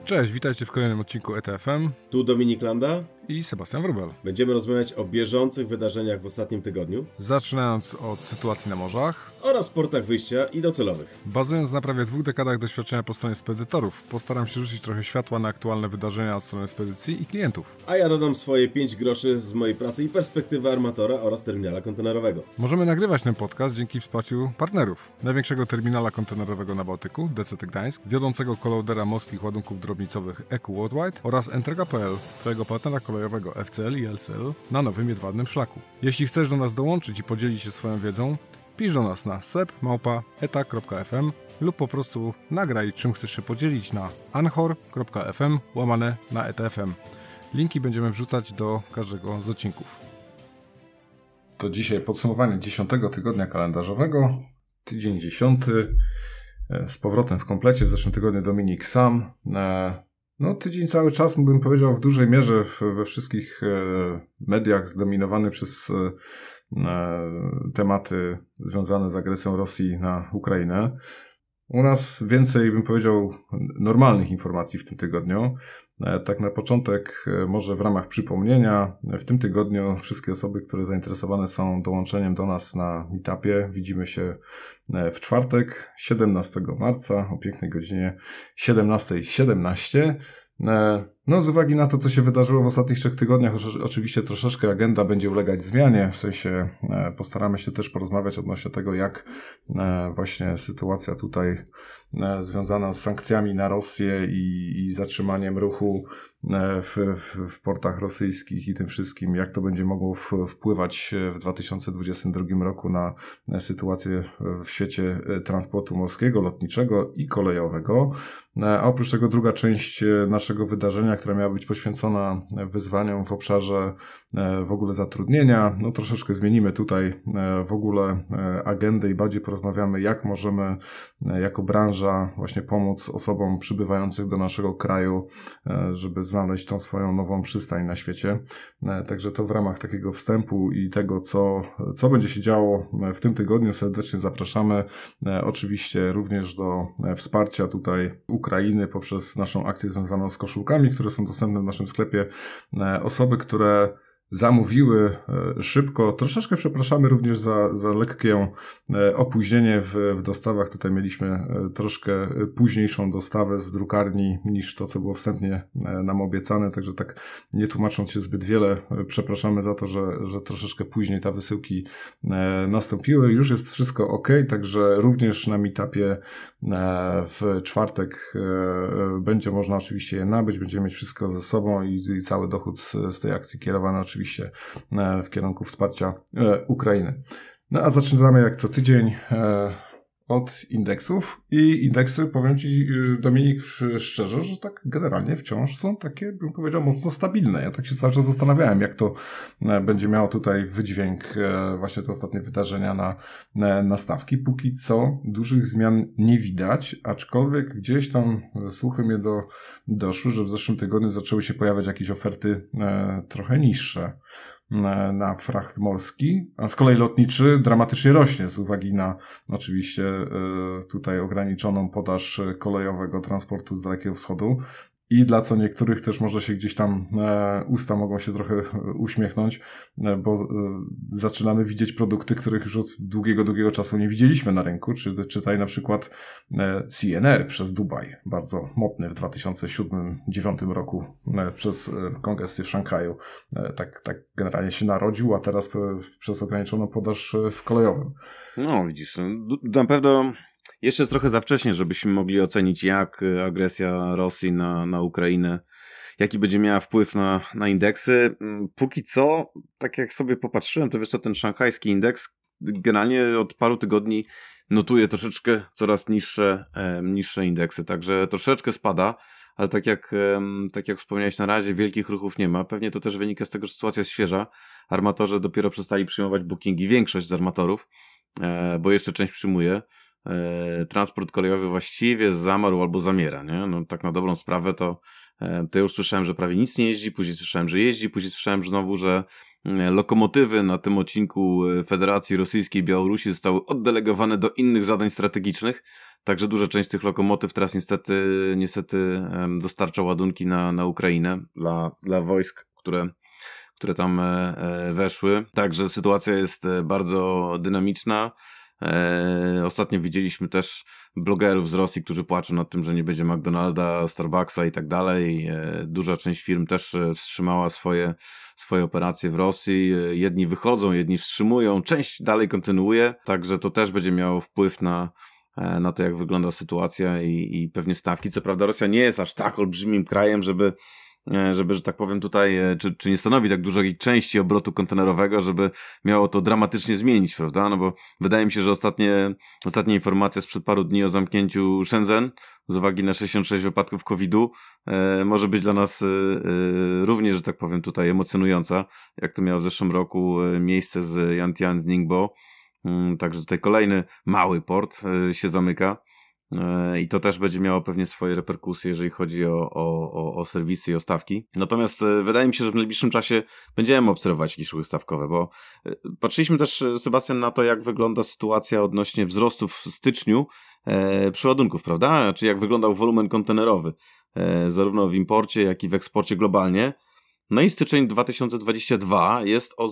Cześć, witajcie w kolejnym odcinku ETF-em. Tu Dominik Landa i Sebastian Wróbel. Będziemy rozmawiać o bieżących wydarzeniach w ostatnim tygodniu. Zaczynając od sytuacji na morzach oraz portach wyjścia i docelowych. Bazując na prawie 2 dekadach doświadczenia po stronie spedytorów, postaram się rzucić trochę światła na aktualne wydarzenia od strony spedycji i klientów. A ja dodam swoje 5 groszy z mojej pracy i perspektywy armatora oraz terminala kontenerowego. Możemy nagrywać ten podcast dzięki wsparciu partnerów. Największego terminala kontenerowego na Bałtyku, DCT Gdańsk, wiodącego kolodera morskich ładunków drobnicowych EQ Worldwide oraz Entrega.pl, twojego partnera kolejowego FCL i LCL na nowym jedwabnym szlaku. Jeśli chcesz do nas dołączyć i podzielić się swoją wiedzą, pisz do nas na sep@eta.fm lub po prostu nagraj, czym chcesz się podzielić na anchor.fm/etfm. Linki będziemy wrzucać do każdego z odcinków. To dzisiaj podsumowanie 10 tygodnia kalendarzowego. Tydzień 10. Z powrotem w komplecie. W zeszłym tygodniu Dominik sam. Tydzień cały czas, bym powiedział, w dużej mierze we wszystkich mediach zdominowany przez tematy związane z agresją Rosji na Ukrainę. U nas więcej, bym powiedział, normalnych informacji w tym tygodniu. Tak na początek, może w ramach przypomnienia, w tym tygodniu wszystkie osoby, które zainteresowane są dołączeniem do nas na meetupie, widzimy się w czwartek, 17 marca o pięknej godzinie 17:17. Z uwagi na to, co się wydarzyło w ostatnich 3 tygodniach, oczywiście troszeczkę agenda będzie ulegać zmianie, w sensie postaramy się też porozmawiać odnośnie tego, jak właśnie sytuacja tutaj związana z sankcjami na Rosję i zatrzymaniem ruchu w portach rosyjskich i tym wszystkim, jak to będzie mogło wpływać w 2022 roku na sytuację w świecie transportu morskiego, lotniczego i kolejowego. A oprócz tego druga część naszego wydarzenia, która miała być poświęcona wyzwaniom w obszarze w ogóle zatrudnienia. Troszeczkę zmienimy tutaj w ogóle agendę i bardziej porozmawiamy, jak możemy jako branża właśnie pomóc osobom przybywających do naszego kraju, żeby znaleźć tą swoją nową przystań na świecie. Także to w ramach takiego wstępu i tego, co będzie się działo w tym tygodniu, serdecznie zapraszamy. Oczywiście również do wsparcia tutaj Ukrainy poprzez naszą akcję związaną z koszulkami, które są dostępne w naszym sklepie. Osoby, które zamówiły szybko. Troszeczkę przepraszamy również za lekkie opóźnienie w dostawach. Tutaj mieliśmy troszkę późniejszą dostawę z drukarni niż to, co było wstępnie nam obiecane. Także tak nie tłumacząc się zbyt wiele, przepraszamy za to, że troszeczkę później te wysyłki nastąpiły. Już jest wszystko ok, także również na meetupie w czwartek będzie można oczywiście je nabyć. Będziemy mieć wszystko ze sobą i cały dochód z tej akcji kierowany oczywiście w kierunku wsparcia Ukrainy. A zaczynamy jak co tydzień od indeksów i indeksy, powiem Ci, Dominik, szczerze, że tak generalnie wciąż są takie, bym powiedział, mocno stabilne. Ja tak się cały czas zastanawiałem, jak to będzie miało tutaj wydźwięk właśnie te ostatnie wydarzenia na stawki. Póki co dużych zmian nie widać, aczkolwiek gdzieś tam słuchy mnie doszły, że w zeszłym tygodniu zaczęły się pojawiać jakieś oferty trochę niższe na fracht morski, a z kolei lotniczy dramatycznie rośnie z uwagi na oczywiście tutaj ograniczoną podaż kolejowego transportu z Dalekiego Wschodu. I dla co niektórych też może się gdzieś tam usta mogą się trochę uśmiechnąć, bo zaczynamy widzieć produkty, których już od długiego czasu nie widzieliśmy na rynku. Czytaj na przykład CNR przez Dubaj, bardzo mocny w 2007-2009 roku przez kongresy w Szanghaju. Tak generalnie się narodził, a teraz przez ograniczoną podaż w kolejowym. No widzisz, na pewno jeszcze jest trochę za wcześnie, żebyśmy mogli ocenić, jak agresja Rosji na Ukrainę, jaki będzie miała wpływ na indeksy. Póki co, tak jak sobie popatrzyłem, to wiesz co, ten szanghajski indeks generalnie od paru tygodni notuje troszeczkę coraz niższe indeksy, także troszeczkę spada, ale tak jak wspomniałeś, na razie wielkich ruchów nie ma. Pewnie to też wynika z tego, że sytuacja jest świeża. Armatorzy dopiero przestali przyjmować bookingi, większość z armatorów, bo jeszcze część przyjmuje. Transport kolejowy właściwie zamarł albo zamiera, nie? No tak na dobrą sprawę to ja już słyszałem, że prawie nic nie jeździ, później słyszałem, że jeździ, później słyszałem znowu, że lokomotywy na tym odcinku Federacji Rosyjskiej i Białorusi zostały oddelegowane do innych zadań strategicznych, Także duża część tych lokomotyw teraz niestety dostarcza ładunki na Ukrainę dla wojsk, które tam weszły. Także sytuacja jest bardzo dynamiczna. Ostatnio widzieliśmy też blogerów z Rosji, którzy płaczą nad tym, że nie będzie McDonalda, Starbucksa i tak dalej. Duża część firm też wstrzymała swoje operacje w Rosji. Jedni wychodzą, jedni wstrzymują, część dalej kontynuuje, także to też będzie miało wpływ na to, jak wygląda sytuacja i pewnie stawki. Co prawda Rosja nie jest aż tak olbrzymim krajem, żeby, że tak powiem tutaj, czy nie stanowi tak dużej części obrotu kontenerowego, żeby miało to dramatycznie zmienić, prawda? No bo wydaje mi się, że ostatnia informacja sprzed paru dni o zamknięciu Shenzhen z uwagi na 66 wypadków COVID-u może być dla nas również, że tak powiem tutaj, emocjonująca, jak to miało w zeszłym roku miejsce z Yantian, z Ningbo. Także tutaj kolejny mały port się zamyka. I to też będzie miało pewnie swoje reperkusje, jeżeli chodzi o serwisy i o stawki. Natomiast wydaje mi się, że w najbliższym czasie będziemy obserwować jakieś ruchy stawkowe, bo patrzyliśmy też, Sebastian, na to, jak wygląda sytuacja odnośnie wzrostów w styczniu przeładunków, prawda? Czy jak wyglądał wolumen kontenerowy, zarówno w imporcie, jak i w eksporcie globalnie. No i styczeń 2022 jest o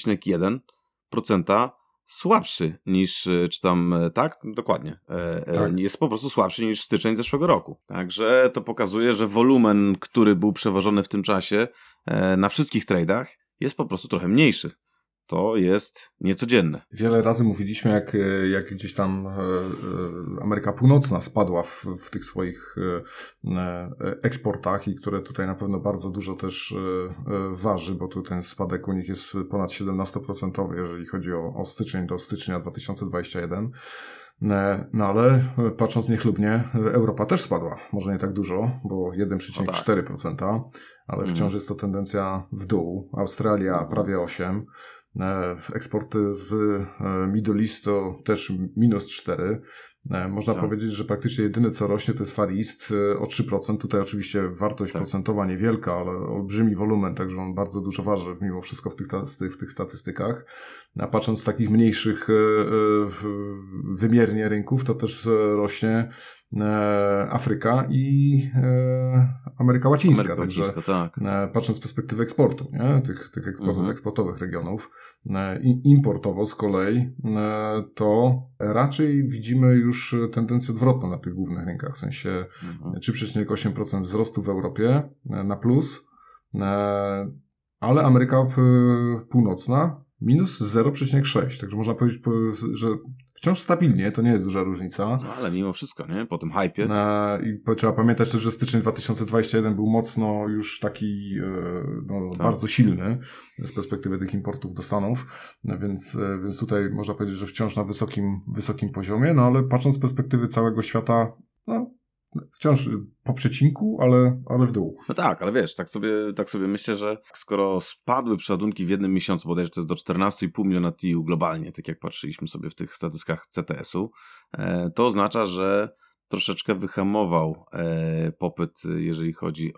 0,1% słabszy niż, czy tam, tak? Dokładnie. Tak. Jest po prostu słabszy niż styczeń zeszłego roku. Także to pokazuje, że wolumen, który był przewożony w tym czasie na wszystkich trade'ach, jest po prostu trochę mniejszy. To jest niecodzienne. Wiele razy mówiliśmy, jak gdzieś tam Ameryka Północna spadła w tych swoich eksportach i które tutaj na pewno bardzo dużo też waży, bo tu ten spadek u nich jest ponad 17%, jeżeli chodzi o styczeń do stycznia 2021. No ale patrząc niechlubnie, Europa też spadła. Może nie tak dużo, bo 1,4%, ale wciąż jest to tendencja w dół. Australia prawie 8%. Eksporty z Middle East to też minus 4%. Można powiedzieć, że praktycznie jedyne co rośnie to jest Far East o 3%. Tutaj oczywiście wartość procentowa niewielka, ale olbrzymi wolumen, także on bardzo dużo waży mimo wszystko w tych statystykach. A patrząc z takich mniejszych wymiernie rynków, to też rośnie Afryka i Ameryka Łacińska. Także tak. Patrząc z perspektywy eksportu, nie? Tych eksportowych regionów, importowo z kolei, to raczej widzimy już tendencję odwrotną na tych głównych rynkach, w sensie 3,8% wzrostu w Europie na plus, ale Ameryka Północna minus 0,6, także można powiedzieć, że wciąż stabilnie, to nie jest duża różnica. No ale mimo wszystko, nie? Po tym hypie. I trzeba pamiętać też, że styczeń 2021 był mocno już taki bardzo silny z perspektywy tych importów do Stanów, więc tutaj można powiedzieć, że wciąż na wysokim poziomie, no ale patrząc z perspektywy całego świata, wciąż po przecinku, ale w dół. No tak, ale wiesz, tak sobie myślę, że skoro spadły przeładunki w jednym miesiącu, bodajże to jest do 14,5 miliona TEU globalnie, tak jak patrzyliśmy sobie w tych statystykach CTS-u, to oznacza, że troszeczkę wyhamował popyt, jeżeli chodzi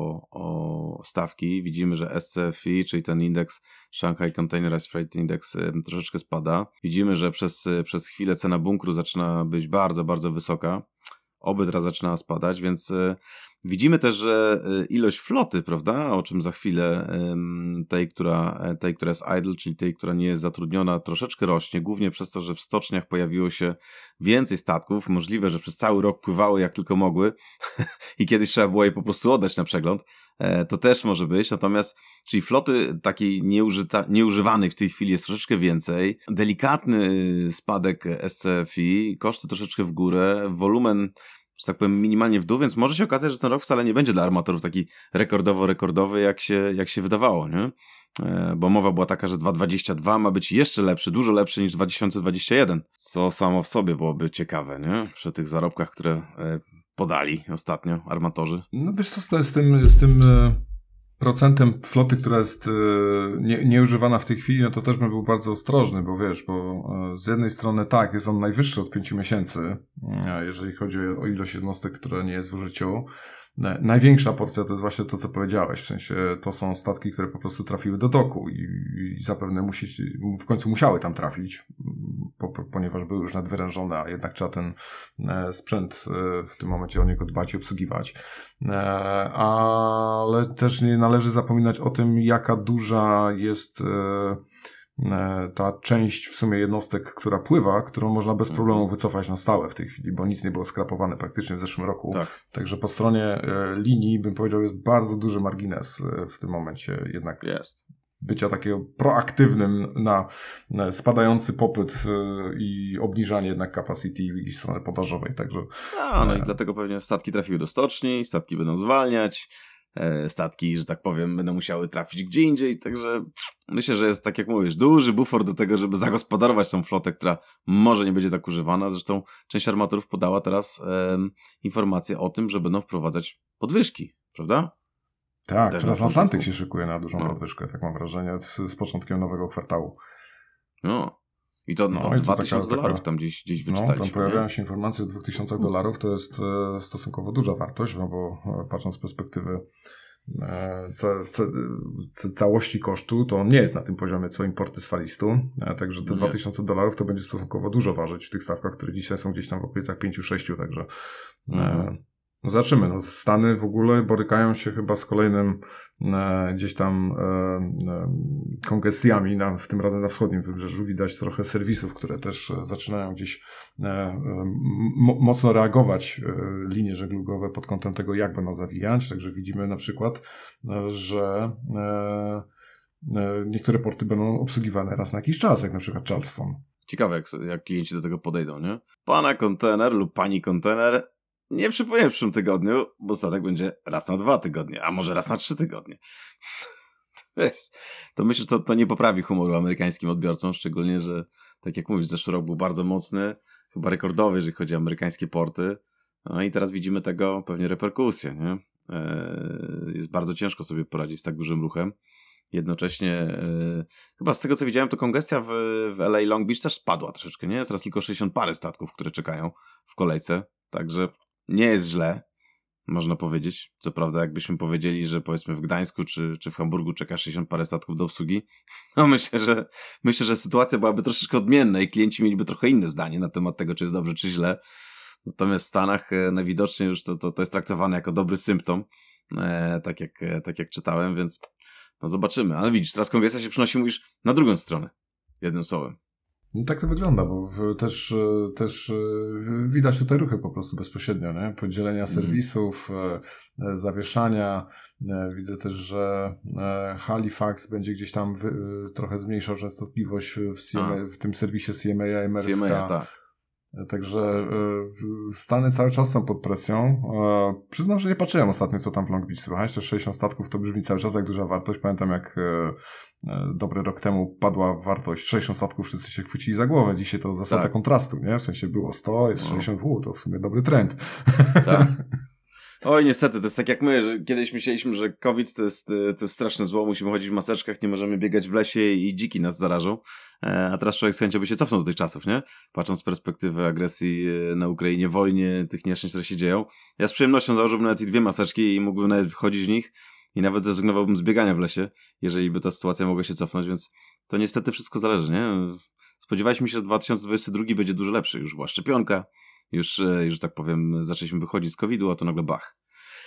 o stawki. Widzimy, że SCFI, czyli ten indeks Shanghai Containerized Freight Index, troszeczkę spada. Widzimy, że przez chwilę cena bunkru zaczyna być bardzo, bardzo wysoka. Oby teraz zaczyna spadać, więc widzimy też, że ilość floty, prawda, o czym za chwilę tej, która jest idle, czyli tej, która nie jest zatrudniona, troszeczkę rośnie, głównie przez to, że w stoczniach pojawiło się więcej statków, możliwe, że przez cały rok pływały jak tylko mogły i kiedyś trzeba było je po prostu oddać na przegląd. To też może być, natomiast czyli floty takiej nieużywanej w tej chwili jest troszeczkę więcej, delikatny spadek SCFI, koszty troszeczkę w górę, wolumen, że tak powiem, minimalnie w dół, więc może się okazać, że ten rok wcale nie będzie dla armatorów taki rekordowy, jak się wydawało, nie? Bo mowa była taka, że 2022 ma być jeszcze lepszy, dużo lepszy niż 2021, co samo w sobie byłoby ciekawe, nie? Przy tych zarobkach, które podali ostatnio armatorzy. No wiesz co, z tym procentem floty, która jest nieużywana w tej chwili, no to też bym był bardzo ostrożny, bo wiesz, bo z jednej strony tak, jest on najwyższy od 5 miesięcy, jeżeli chodzi o ilość jednostek, która nie jest w użyciu, największa porcja to jest właśnie to, co powiedziałeś, w sensie to są statki, które po prostu trafiły do doku i zapewne w końcu musiały tam trafić, ponieważ były już nadwyrężone, a jednak trzeba ten sprzęt w tym momencie o niego dbać i obsługiwać. Ale też nie należy zapominać o tym, jaka duża jest ta część w sumie jednostek, która pływa, którą można bez problemu wycofać na stałe w tej chwili, bo nic nie było skrapowane praktycznie w zeszłym roku. Tak. Także po stronie linii, bym powiedział, jest bardzo duży margines w tym momencie jednak jest. Bycia takiego proaktywnym na spadający popyt i obniżanie jednak capacity i strony podażowej. Także no i dlatego pewnie statki trafiły do stoczni, statki będą zwalniać, statki, że tak powiem, będą musiały trafić gdzie indziej, także myślę, że jest, tak jak mówisz, duży bufor do tego, żeby zagospodarować tą flotę, która może nie będzie tak używana. Zresztą część armatorów podała teraz informację o tym, że będą wprowadzać podwyżki, prawda? Tak, Transatlantyk się szykuje na dużą podwyżkę, tak mam wrażenie, z początkiem nowego kwartału. No. I to $2,000 tam gdzieś wyczytaliśmy. Tam pojawiają się informacje o $2,000, to jest stosunkowo duża wartość, no bo patrząc z perspektywy całości kosztu, to on nie jest na tym poziomie co importy z Falistu, także te $2,000 to będzie stosunkowo dużo ważyć w tych stawkach, które dzisiaj są gdzieś tam w okolicach 5-6, także zobaczymy. No, Stany w ogóle borykają się chyba z kolejnym gdzieś tam kongestiami, w tym razem na wschodnim wybrzeżu. Widać trochę serwisów, które też zaczynają gdzieś mocno reagować linie żeglugowe pod kątem tego, jak będą zawijać. Także widzimy na przykład, że niektóre porty będą obsługiwane raz na jakiś czas, jak na przykład Charleston. Ciekawe, jak klienci do tego podejdą, nie? Pana kontener lub pani kontener nie przypłynie w przyszłym tygodniu, bo statek będzie raz na 2 tygodnie, a może raz na 3 tygodnie. To myślę, że to nie poprawi humoru amerykańskim odbiorcom, szczególnie, że tak jak mówisz, zeszły rok był bardzo mocny, chyba rekordowy, jeżeli chodzi o amerykańskie porty. No i teraz widzimy tego pewnie reperkusje, nie? Jest bardzo ciężko sobie poradzić z tak dużym ruchem. Jednocześnie, chyba z tego co widziałem, to kongestia w LA Long Beach też spadła troszeczkę, nie? Jest teraz tylko 60 parę statków, które czekają w kolejce, także nie jest źle, można powiedzieć. Co prawda, jakbyśmy powiedzieli, że powiedzmy w Gdańsku czy w Hamburgu czeka 60 parę statków do obsługi, no myślę, że sytuacja byłaby troszeczkę odmienna i klienci mieliby trochę inne zdanie na temat tego, czy jest dobrze, czy źle. Natomiast w Stanach najwidoczniej już to jest traktowane jako dobry symptom, tak jak czytałem, więc no zobaczymy. Ale widzisz, teraz kongresja się przynosi, mówisz, na drugą stronę, jednym słowem. No tak to wygląda, bo też widać tutaj ruchy po prostu bezpośrednio, nie? Podzielenia serwisów, zawieszania. Widzę też, że Halifax będzie gdzieś tam trochę zmniejszał częstotliwość w tym serwisie CMA MRSK. CMA, tak. Także Stany cały czas są pod presją. Przyznam, że nie patrzyłem ostatnio, co tam w Long Beach słychać. Te 60 statków to brzmi cały czas jak duża wartość. Pamiętam, jak dobry rok temu padła wartość 60 statków, wszyscy się chwycili za głowę. Dzisiaj to zasada kontrastu, nie? W sensie było 100, jest 60, to w sumie dobry trend. Tak. Oj, niestety, to jest tak jak my, że kiedyś myśleliśmy, że COVID to jest straszne zło, musimy chodzić w maseczkach, nie możemy biegać w lesie i dziki nas zarażą, a teraz człowiek z chęcią by się cofnął do tych czasów, nie? Patrząc z perspektywy agresji na Ukrainie, wojnie, tych nieszczęść, które się dzieją. Ja z przyjemnością założyłbym nawet i 2 maseczki i mógłbym nawet wychodzić w nich i nawet zrezygnowałbym z biegania w lesie, jeżeli by ta sytuacja mogła się cofnąć, więc to niestety wszystko zależy, nie? Spodziewaliśmy się, że 2022 będzie dużo lepszy, już była szczepionka, już tak powiem, zaczęliśmy wychodzić z COVID-u, a to nagle bach.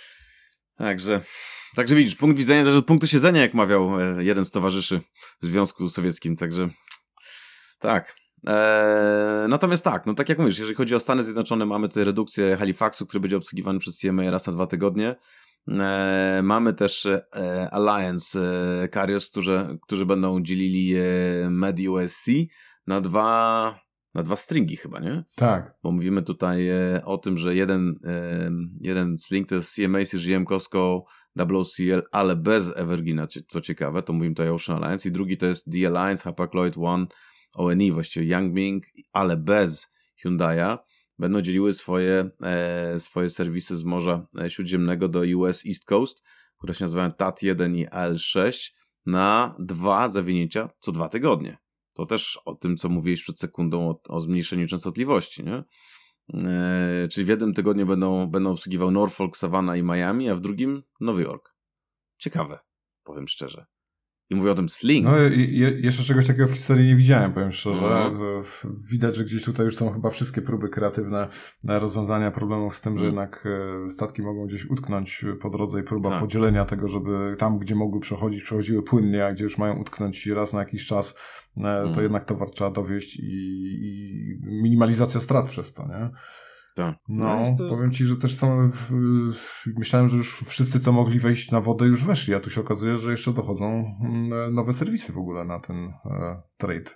Także widzisz, punkt widzenia zależy od punktu siedzenia, jak mawiał jeden z towarzyszy w Związku Sowieckim, także tak. Natomiast tak, no tak jak mówisz, jeżeli chodzi o Stany Zjednoczone, mamy tutaj redukcję Halifaxu, który będzie obsługiwany przez CMA raz na 2 tygodnie. Mamy też Alliance Carriers, którzy będą dzielili Med-USC na dwa stringi chyba, nie? Tak. Bo mówimy tutaj o tym, że jeden string to jest CMA, CGM, Costco, WCL, ale bez Evergrina, co ciekawe, to mówimy tutaj o Ocean Alliance, i drugi to jest The Alliance, Hapag-Lloyd, One, ONE, właściwie Yangbing, ale bez Hyundai'a, będą dzieliły swoje serwisy z Morza Śródziemnego do US East Coast, które się nazywają TAT-1 i AL6, na 2 zawinięcia co 2 tygodnie. To też o tym, co mówiłeś przed sekundą, o zmniejszeniu częstotliwości, nie? Czyli w jednym tygodniu będą obsługiwał Norfolk, Savannah i Miami, a w drugim Nowy Jork. Ciekawe, powiem szczerze. I mówię o tym Sling. No jeszcze czegoś takiego w historii nie widziałem, powiem szczerze. Widać, że gdzieś tutaj już są chyba wszystkie próby kreatywne rozwiązania problemów z tym, że jednak statki mogą gdzieś utknąć po drodze i próba podzielenia tego, żeby tam, gdzie mogły przechodziły płynnie, a gdzie już mają utknąć raz na jakiś czas, to jednak towar trzeba dowieźć i minimalizacja strat przez to, nie? Tak. No, powiem Ci, że też myślałem, że już wszyscy, co mogli wejść na wodę, już weszli, a tu się okazuje, że jeszcze dochodzą nowe serwisy w ogóle na ten trade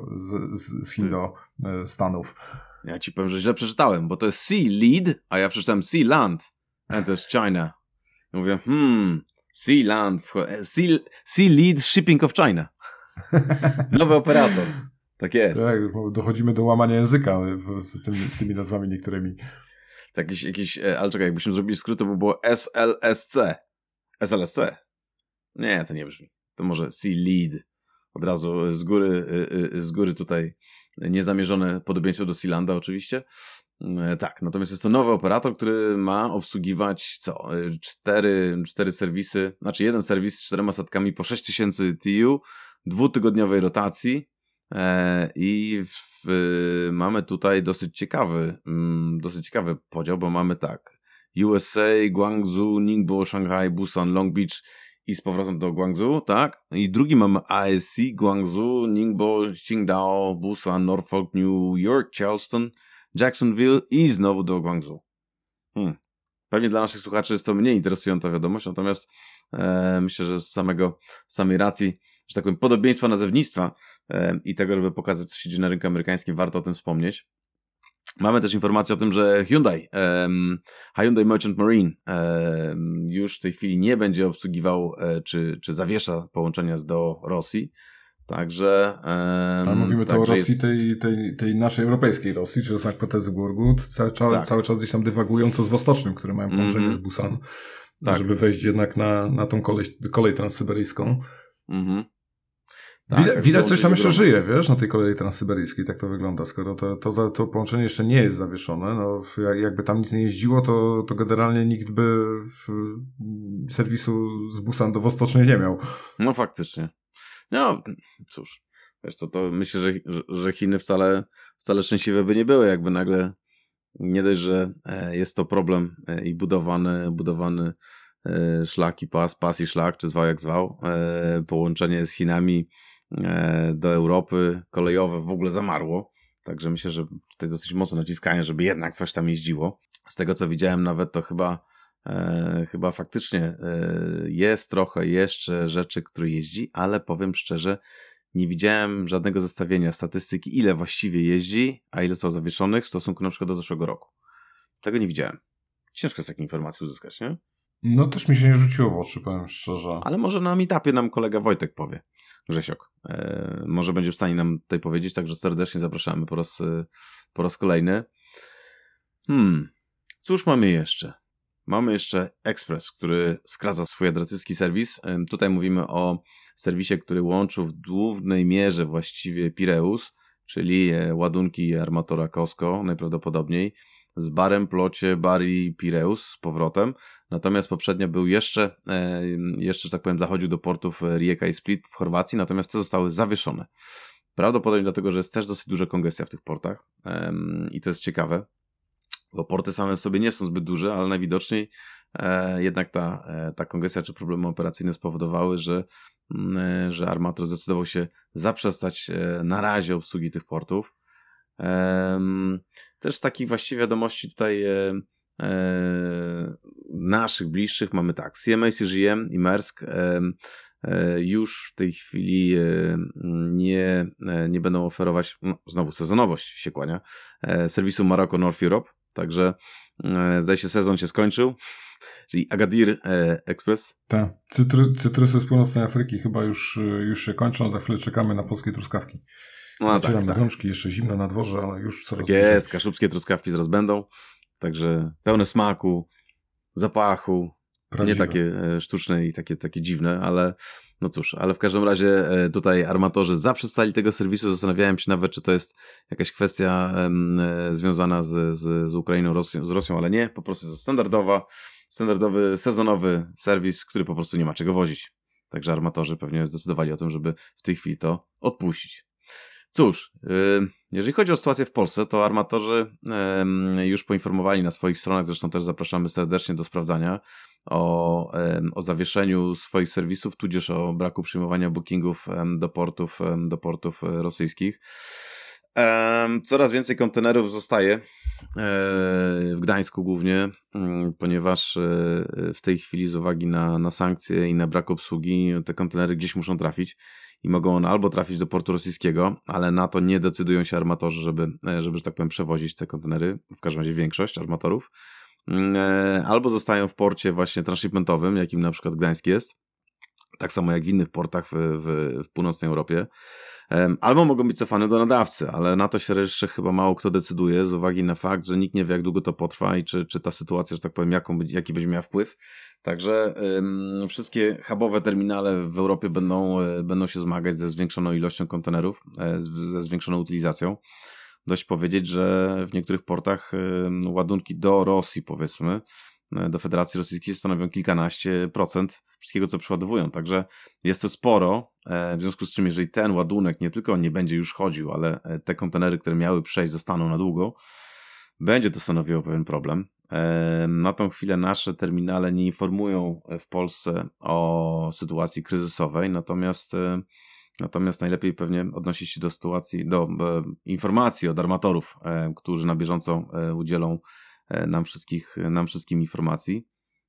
z Chin do Stanów. Ja Ci powiem, że źle przeczytałem, bo to jest Sea Lead, a ja przeczytałem Sea Land, a to jest China. I mówię, Sea Land, Sea Lead Shipping of China. Nowy operator. Tak jest. Tak, dochodzimy do łamania języka z tymi nazwami niektórymi. Tak, ale czekaj, jakbyśmy zrobili skrót, to by było SLSC. SLSC? Nie, to nie brzmi. To może Sea Lead. Od razu z góry tutaj niezamierzone podobieństwo do Sealanda oczywiście. Tak, natomiast jest to nowy operator, który ma obsługiwać cztery serwisy, znaczy jeden serwis z 4 statkami po 6000 TU, 2-tygodniowej rotacji. I mamy tutaj dosyć ciekawy podział, bo mamy tak USA, Guangzhou, Ningbo, Shanghai, Busan, Long Beach i z powrotem do Guangzhou, tak? I drugi mamy ASC, Guangzhou, Ningbo, Qingdao, Busan, Norfolk, New York, Charleston, Jacksonville i znowu do Guangzhou. Pewnie dla naszych słuchaczy jest to mniej interesująca wiadomość, natomiast myślę, że z samej racji, że tak powiem, podobieństwa nazewnictwa i tego, żeby pokazać, co się dzieje na rynku amerykańskim, warto o tym wspomnieć. Mamy też informację o tym, że Hyundai Merchant Marine już w tej chwili nie będzie obsługiwał czy zawiesza połączenia do Rosji. Także... Ale mówimy tu o Rosji, tej naszej europejskiej Rosji, czyli Sankt Petersburgu, cały czas gdzieś tam dywagująco z Wostocznym, które mają połączenie z Busan, żeby wejść jednak na tą kolej transsyberyjską. Tak, widać coś tam jeszcze żyje, wiesz, na tej kolei transsyberyjskiej, tak to wygląda, skoro to połączenie jeszcze nie jest zawieszone, no jakby tam nic nie jeździło, to generalnie nikt by serwisu z Busan do Wostocznej nie miał. No faktycznie. No cóż, wiesz co, to myślę, że Chiny wcale szczęśliwe by nie były, jakby nagle nie dość, że jest to problem i budowany szlak i pas i szlak, czy zwał jak zwał, połączenie z Chinami do Europy kolejowe w ogóle zamarło, także myślę, że tutaj dosyć mocno naciskają, żeby jednak coś tam jeździło. Z tego co widziałem nawet to chyba faktycznie jest trochę jeszcze rzeczy, które jeździ, ale powiem szczerze, nie widziałem żadnego zestawienia statystyki, ile właściwie jeździ, a ile są zawieszonych w stosunku na przykład do zeszłego roku. Tego nie widziałem. Ciężko jest takie informacje uzyskać, nie? No też mi się nie rzuciło w oczy, powiem szczerze. Ale może na meetupie nam kolega Wojtek powie, Grzesiok. Może będzie w stanie nam tutaj powiedzieć, także serdecznie zapraszamy po raz kolejny. Cóż mamy jeszcze? Mamy jeszcze Express, który skraca swój adresycki serwis. Tutaj mówimy o serwisie, który łączył w głównej mierze właściwie Pireus, czyli ładunki armatora COSCO najprawdopodobniej, z Barem, Plocie, Bari, Pireus z powrotem. Natomiast poprzednio był jeszcze, że tak powiem, zachodził do portów Rijeka i Split w Chorwacji, natomiast te zostały zawieszone. Prawdopodobnie dlatego, że jest też dosyć duża kongestia w tych portach i to jest ciekawe, bo porty same w sobie nie są zbyt duże, ale najwidoczniej jednak ta kongestia czy problemy operacyjne spowodowały, że armator zdecydował się zaprzestać na razie obsługi tych portów. Też z takich właściwie wiadomości tutaj naszych bliższych mamy tak, CMA CGM i Maersk już w tej chwili nie będą oferować, znowu sezonowość się kłania, serwisu Morocco North Europe, także zdaje się sezon się skończył, czyli Agadir Express. Tak, cytrusy z północnej Afryki chyba już się kończą, za chwilę czekamy na polskie truskawki. No zaczynamy rączki, jeszcze zimno na dworze, ale już coraz bliżej. Jest, kaszubskie truskawki zaraz będą, także pełne smaku, zapachu, prawdziwe. Nie takie sztuczne i takie dziwne, No cóż, ale w każdym razie tutaj armatorzy zaprzestali tego serwisu. Zastanawiałem się nawet, czy to jest jakaś kwestia związana z Ukrainą, z Rosją, ale nie. Po prostu jest standardowy, sezonowy serwis, który po prostu nie ma czego wozić. Także armatorzy pewnie zdecydowali o tym, żeby w tej chwili to odpuścić. Cóż, jeżeli chodzi o sytuację w Polsce, to armatorzy już poinformowali na swoich stronach, zresztą też zapraszamy serdecznie do sprawdzania, o zawieszeniu swoich serwisów, tudzież o braku przyjmowania bookingów do portów rosyjskich. Coraz więcej kontenerów zostaje w Gdańsku głównie, ponieważ w tej chwili z uwagi na sankcje i na brak obsługi te kontenery gdzieś muszą trafić i mogą one albo trafić do portu rosyjskiego, ale na to nie decydują się armatorzy, żeby, że tak powiem, przewozić te kontenery, w każdym razie większość armatorów, albo zostają w porcie właśnie transshipmentowym, jakim na przykład Gdańsk jest, tak samo jak w innych portach w północnej Europie, albo mogą być cofane do nadawcy, ale na to się jeszcze chyba mało kto decyduje z uwagi na fakt, że nikt nie wie, jak długo to potrwa i czy ta sytuacja, że tak powiem, jaki będzie miała wpływ. Także wszystkie hubowe terminale w Europie będą się zmagać ze zwiększoną ilością kontenerów, ze zwiększoną utylizacją. Dość powiedzieć, że w niektórych portach ładunki do Rosji, powiedzmy, do Federacji Rosyjskiej stanowią kilkanaście procent wszystkiego, co przyładowują. Także jest to sporo, w związku z czym, jeżeli ten ładunek nie tylko nie będzie już chodził, ale te kontenery, które miały przejść, zostaną na długo, będzie to stanowiło pewien problem. Na tą chwilę nasze terminale nie informują w Polsce o sytuacji kryzysowej, natomiast najlepiej pewnie odnosić się do sytuacji, do informacji od armatorów, którzy na bieżąco udzielą nam wszystkim informacji.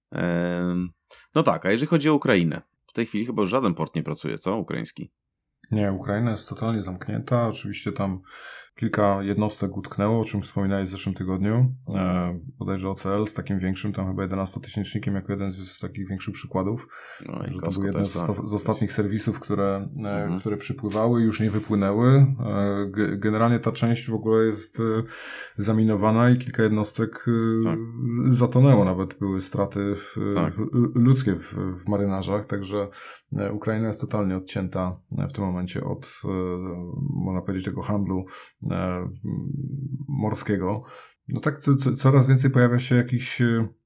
No tak, a jeżeli chodzi o Ukrainę, w tej chwili chyba już żaden port nie pracuje, co? Ukraiński. Nie, Ukraina jest totalnie zamknięta. Oczywiście tam kilka jednostek utknęło, o czym wspominałeś w zeszłym tygodniu. Bodajże OCL z takim większym, tam chyba 11-tysięcznikiem jako jeden z takich większych przykładów. No że to był jeden z ostatnich serwisów, które przypływały, już nie wypłynęły. Generalnie ta część w ogóle jest zaminowana i kilka jednostek zatonęło. Nawet były straty ludzkie w marynarzach, także Ukraina jest totalnie odcięta w tym momencie od, można powiedzieć, tego handlu morskiego. No tak coraz więcej pojawia się jakichś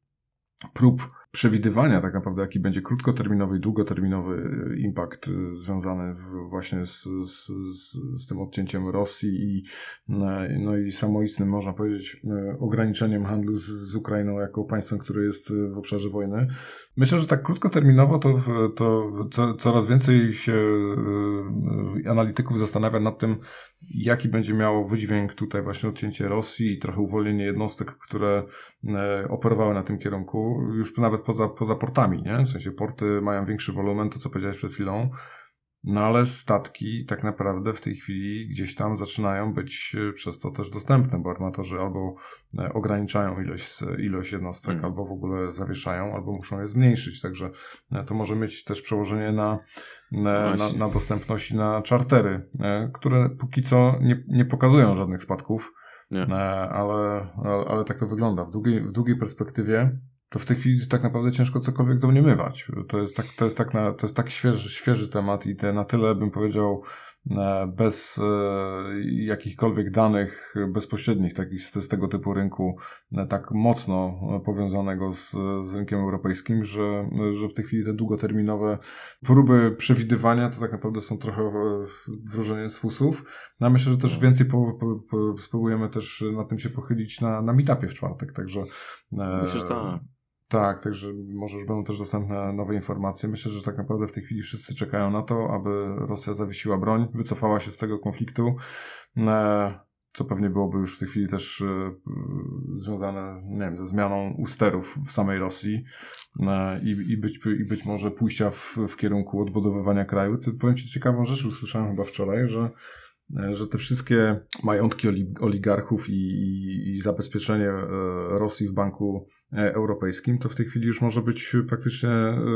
prób przewidywania tak naprawdę, jaki będzie krótkoterminowy i długoterminowy impact związany właśnie z tym odcięciem Rosji i samoistnym, można powiedzieć, ograniczeniem handlu z Ukrainą jako państwem, które jest w obszarze wojny. Myślę, że tak krótkoterminowo to coraz więcej się analityków zastanawia nad tym, jaki będzie miało wydźwięk tutaj właśnie odcięcie Rosji i trochę uwolnienie jednostek, które operowały na tym kierunku, już nawet poza portami, nie? W sensie porty mają większy wolumen, to co powiedziałeś przed chwilą, no ale statki tak naprawdę w tej chwili gdzieś tam zaczynają być przez to też dostępne, bo armatorzy albo ograniczają ilość jednostek, albo w ogóle zawieszają, albo muszą je zmniejszyć, także to może mieć też przełożenie na dostępność i na czartery, które póki co nie pokazują żadnych spadków, ale tak to wygląda. W długiej perspektywie to w tej chwili tak naprawdę ciężko cokolwiek domniemywać. To jest tak świeży temat i na tyle, bym powiedział, bez jakichkolwiek danych bezpośrednich takich z tego typu rynku, tak mocno powiązanego z rynkiem europejskim, że w tej chwili te długoterminowe próby przewidywania to tak naprawdę są trochę wróżenie z fusów. No, myślę, że też więcej spróbujemy też nad tym się pochylić na meetupie w czwartek, także myślę, że tak. Tak, także może już będą też dostępne nowe informacje. Myślę, że tak naprawdę w tej chwili wszyscy czekają na to, aby Rosja zawiesiła broń, wycofała się z tego konfliktu, co pewnie byłoby już w tej chwili też związane, nie wiem, ze zmianą usterów w samej Rosji i być może pójścia w kierunku odbudowywania kraju. Powiem Ci ciekawą rzecz, usłyszałem chyba wczoraj, że że te wszystkie majątki oligarchów i zabezpieczenie Rosji w Banku Europejskim, to w tej chwili już może być praktycznie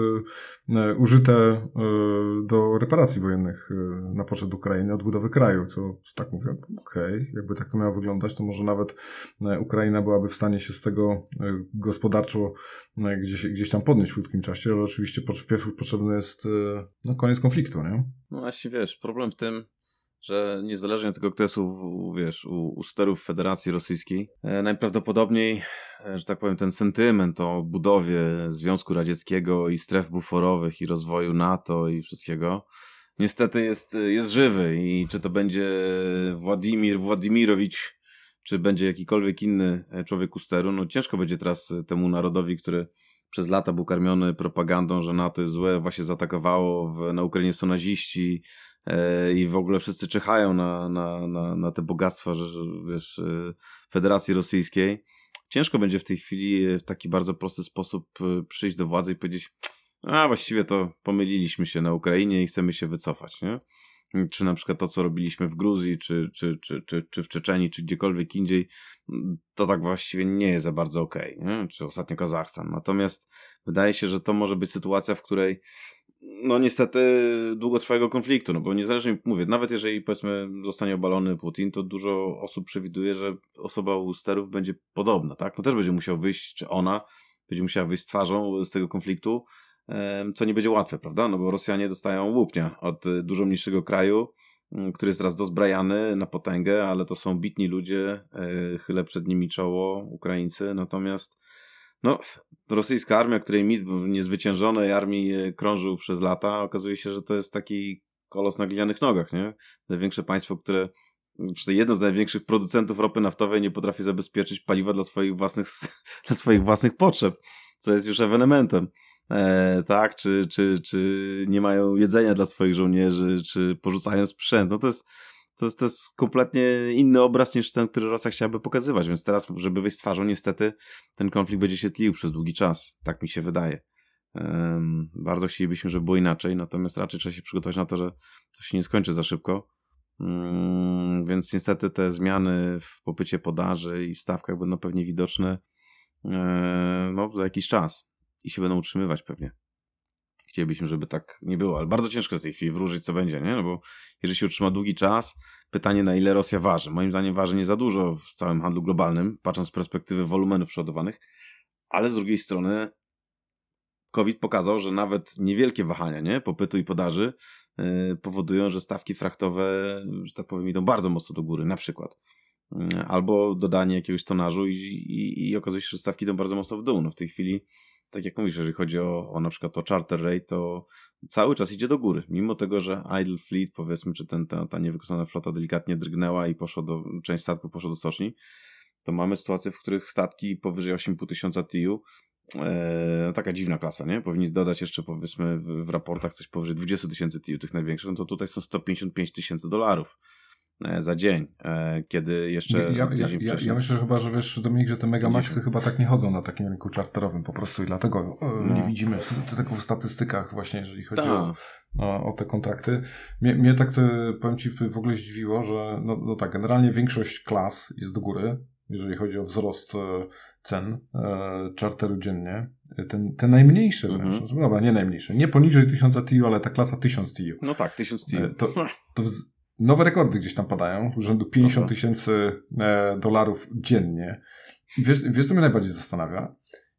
użyte do reparacji wojennych na poczet Ukrainy, odbudowy kraju, co tak mówię, okej, jakby tak to miało wyglądać, to może nawet Ukraina byłaby w stanie się z tego gospodarczo gdzieś tam podnieść w krótkim czasie, ale oczywiście wpierw potrzebny jest koniec konfliktu, nie? No właśnie, wiesz, problem w tym, że niezależnie od tego, kto jest u sterów Federacji Rosyjskiej, najprawdopodobniej, że tak powiem, ten sentyment o budowie Związku Radzieckiego i stref buforowych i rozwoju NATO i wszystkiego, niestety jest żywy i czy to będzie Władimirowicz, czy będzie jakikolwiek inny człowiek u steru, no ciężko będzie teraz temu narodowi, który przez lata był karmiony propagandą, że NATO jest złe, właśnie zaatakowało, na Ukrainie są naziści i w ogóle wszyscy czyhają na te bogactwa, że wiesz, Federacji Rosyjskiej. Ciężko będzie w tej chwili w taki bardzo prosty sposób przyjść do władzy i powiedzieć, a właściwie to pomyliliśmy się na Ukrainie i chcemy się wycofać, nie? Czy na przykład to, co robiliśmy w Gruzji, czy w Czeczenii, czy gdziekolwiek indziej, to tak właściwie nie jest za bardzo okej, nie? Czy ostatnio Kazachstan. Natomiast wydaje się, że to może być sytuacja, w której no niestety długotrwałego konfliktu, no bo niezależnie, mówię, nawet jeżeli powiedzmy zostanie obalony Putin, to dużo osób przewiduje, że osoba u sterów będzie podobna, tak? No też będzie musiał wyjść, czy ona będzie musiała wyjść z twarzą z tego konfliktu, co nie będzie łatwe, prawda? No bo Rosjanie dostają łupnia od dużo mniejszego kraju, który jest teraz dozbrajany na potęgę, ale to są bitni ludzie, chylę przed nimi czoło, Ukraińcy, natomiast no, rosyjska armia, której mit niezwyciężonej armii krążył przez lata, okazuje się, że to jest taki kolos na glinianych nogach, nie? Największe państwo, które, czy to jedno z największych producentów ropy naftowej nie potrafi zabezpieczyć paliwa dla swoich własnych potrzeb, co jest już ewenementem. Tak, czy nie mają jedzenia dla swoich żołnierzy, czy porzucają sprzęt. No to jest kompletnie inny obraz niż ten, który Rosja chciałaby pokazywać, więc teraz, żeby wyjść z twarzą, niestety ten konflikt będzie się tlił przez długi czas. Tak mi się wydaje. Bardzo chcielibyśmy, żeby było inaczej, natomiast raczej trzeba się przygotować na to, że to się nie skończy za szybko. Więc niestety te zmiany w popycie podaży i w stawkach będą pewnie widoczne za jakiś czas. I się będą utrzymywać pewnie. Chcielibyśmy, żeby tak nie było, ale bardzo ciężko w tej chwili wróżyć, co będzie, nie? No bo jeżeli się utrzyma długi czas, pytanie, na ile Rosja waży. Moim zdaniem waży nie za dużo w całym handlu globalnym, patrząc z perspektywy wolumenów przeładowanych, ale z drugiej strony COVID pokazał, że nawet niewielkie wahania, nie? Popytu i podaży powodują, że stawki frachtowe, że tak powiem, idą bardzo mocno do góry, na przykład. Albo dodanie jakiegoś tonażu i okazuje się, że stawki idą bardzo mocno w dół. No w tej chwili, tak jak mówisz, jeżeli chodzi o na przykład o charter rate, to cały czas idzie do góry. Mimo tego, że idle fleet, powiedzmy, czy ta niewykorzystana flota delikatnie drgnęła i część statków poszła do stoczni, to mamy sytuacje, w których statki powyżej 8,5 tysiąca TEU, taka dziwna klasa, nie? Powinni dodać jeszcze, powiedzmy, w raportach coś powyżej 20 tysięcy TEU, tych największych, no to tutaj są $155,000 za dzień, kiedy jeszcze tydzień wcześniej. Ja myślę, że chyba, że wiesz, Dominik, że te megamaxy chyba tak nie chodzą na takim rynku czarterowym po prostu i dlatego nie widzimy tego w statystykach właśnie, jeżeli chodzi o te kontrakty. Mnie tak, powiem Ci, w ogóle zdziwiło, że no tak, generalnie większość klas jest do góry, jeżeli chodzi o wzrost cen czarteru dziennie. Te najmniejsze wręcz, dobra, nie najmniejsze, nie poniżej 1000 TEU, ale ta klasa 1000 TEU. No tak, 1000 TEU. To nowe rekordy gdzieś tam padają, rzędu $50,000 dziennie. Wiesz, co mnie najbardziej zastanawia?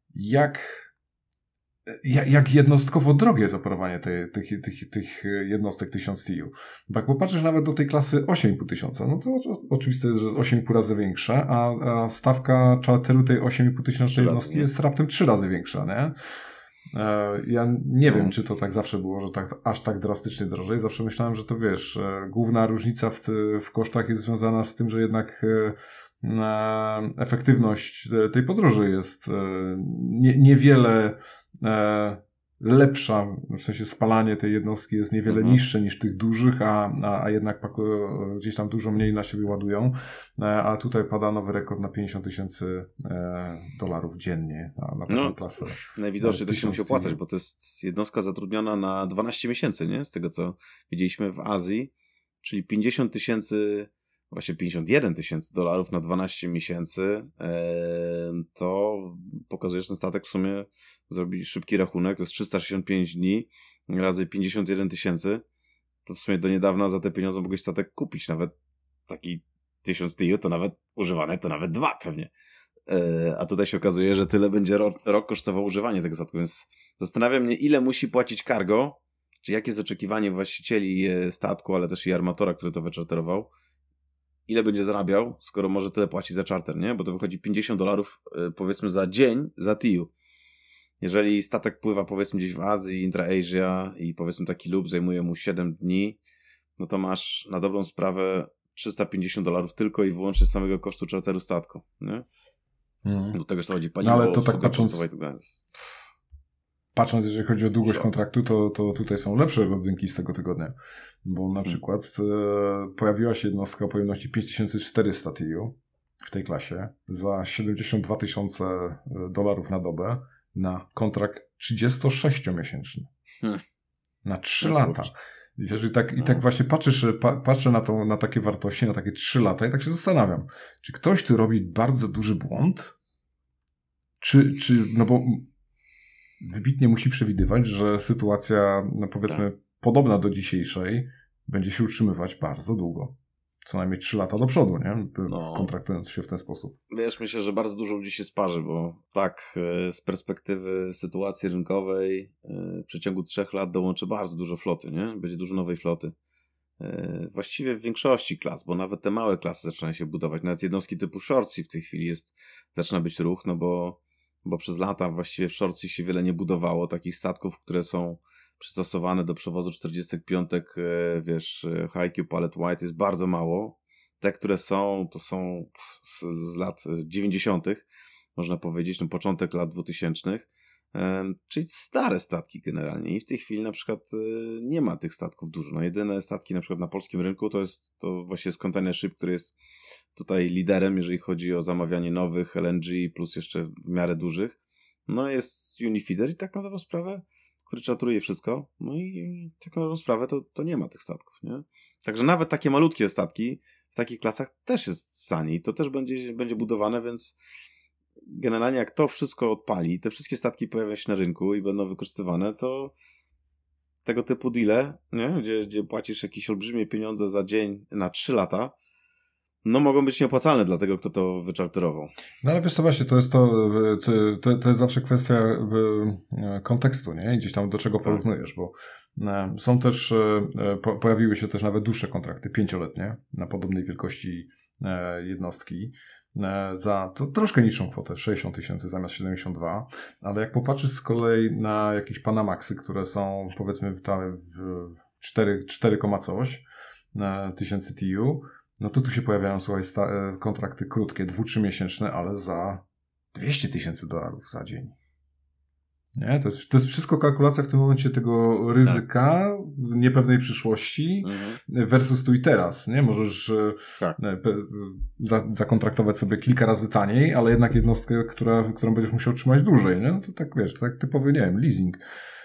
Jak jednostkowo drogie jest operowanie tych jednostek 1000 TEU. Bo jak popatrzysz nawet do tej klasy 8,5 tysiąca, no to oczywiste jest, że jest 8,5 razy większa, a stawka czarteru tej 8,5 tysięcznej jednostki jest raptem 3 razy większa, nie? Ja nie wiem, czy to tak zawsze było, że aż tak drastycznie drożej. Zawsze myślałem, że to wiesz, główna różnica w kosztach jest związana z tym, że jednak efektywność tej podróży jest niewiele lepsza, w sensie spalanie tej jednostki jest niewiele niższe niż tych dużych, a jednak gdzieś tam dużo mniej na siebie ładują, a tutaj pada nowy rekord na $50,000 dziennie na taką klasę. Najwidoczniej to się musi opłacać, bo to jest jednostka zatrudniona na 12 miesięcy, nie? Z tego co widzieliśmy w Azji, czyli 50 tysięcy, właśnie 51 tysięcy dolarów na 12 miesięcy, to pokazuje, że ten statek w sumie zrobi szybki rachunek, to jest 365 dni razy 51 tysięcy, to w sumie do niedawna za te pieniądze mogłeś statek kupić, nawet taki 1000 TIU, to nawet używane, to nawet 2 pewnie. A tutaj się okazuje, że tyle będzie rok kosztowało używanie tego statku, więc zastanawiam mnie, ile musi płacić cargo, czy jakie jest oczekiwanie właścicieli statku, ale też i armatora, który to wyczarterował, ile będzie zarabiał, skoro może tyle płacić za charter, nie? Bo to wychodzi $50 powiedzmy za dzień za TIU. Jeżeli statek pływa powiedzmy gdzieś w Azji, Intra-Asia i powiedzmy taki lub zajmuje mu 7 dni, no to masz na dobrą sprawę $350 tylko i wyłącznie z samego kosztu charteru statku, nie? Do tego, że to chodzi paliwo, ale to tak patrząc, patrząc, jeżeli chodzi o długość kontraktu, to tutaj są lepsze rodzynki z tego tygodnia, bo na przykład pojawiła się jednostka o pojemności 5400 TIU w tej klasie za $72 tysiące na dobę na kontrakt 36-miesięczny. Na 3 lata. I wiesz, i tak właśnie patrzę na takie wartości, na takie 3 lata i tak się zastanawiam, czy ktoś tu robi bardzo duży błąd, czy no bo wybitnie musi przewidywać, że sytuacja, no powiedzmy, podobna do dzisiejszej będzie się utrzymywać bardzo długo. Co najmniej 3 lata do przodu, nie? Kontraktując się w ten sposób. Wiesz, myślę, że bardzo dużo ludzi się sparzy, bo tak, z perspektywy sytuacji rynkowej w przeciągu 3 lat dołączy bardzo dużo floty, nie? Będzie dużo nowej floty. Właściwie w większości klas, bo nawet te małe klasy zaczynają się budować. Nawet jednostki typu Shortsea w tej chwili zaczyna być ruch, no bo przez lata właściwie w Shortsea się wiele nie budowało takich statków, które są przystosowane do przewozu 45, wiesz, High Pallet White jest bardzo mało. Te, które są, to są z lat 90., można powiedzieć, no początek lat 2000, czyli stare statki generalnie. I w tej chwili na przykład nie ma tych statków dużo. No jedyne statki na przykład na polskim rynku to właśnie jest Container Ship, który jest tutaj liderem, jeżeli chodzi o zamawianie nowych LNG plus jeszcze w miarę dużych. No jest Unifeeder i tak na dobrą sprawę, który czatruje wszystko, no i tak na dobrą sprawę to nie ma tych statków, nie? Także nawet takie malutkie statki w takich klasach też jest sani, to też będzie budowane, więc generalnie jak to wszystko odpali, te wszystkie statki pojawią się na rynku i będą wykorzystywane, to tego typu deale, nie? Gdzie płacisz jakieś olbrzymie pieniądze za dzień na 3 lata, no mogą być nieopłacalne dla tego, kto to wyczarterował. No ale wiesz co, właśnie, to jest zawsze kwestia kontekstu, nie? I gdzieś tam do czego porównujesz, bo są też, pojawiły się też nawet dłuższe kontrakty, 5-letnie, na podobnej wielkości jednostki, za to troszkę niższą kwotę, 60 tysięcy zamiast 72, ale jak popatrzysz z kolei na jakieś Panamaxy, które są powiedzmy w 4, coś tysięcy TIU, no to tu się pojawiają, słuchaj, kontrakty krótkie, 2-3 miesięczne, ale za $200 tysięcy za dzień. Nie? To jest wszystko kalkulacja w tym momencie tego ryzyka niepewnej przyszłości versus tu i teraz. Nie? Możesz zakontraktować sobie kilka razy taniej, ale jednak jednostkę, którą będziesz musiał trzymać dłużej. Nie? No to tak, wiesz, to tak typowy, nie wiem, leasing.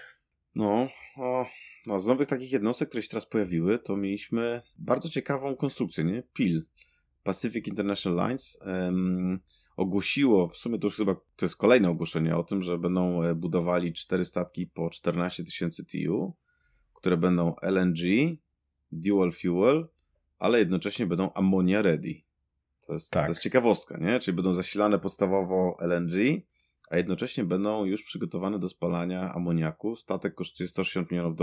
No, z nowych takich jednostek, które się teraz pojawiły, to mieliśmy bardzo ciekawą konstrukcję, nie? PIL, Pacific International Lines, ogłosiło, w sumie to już chyba to jest kolejne ogłoszenie o tym, że będą budowali 4 statki po 14 tysięcy TIU, które będą LNG, dual fuel, ale jednocześnie będą ammonia ready. To jest ciekawostka, nie? Czyli będą zasilane podstawowo LNG, a jednocześnie będą już przygotowane do spalania amoniaku. Statek kosztuje $160 milionów.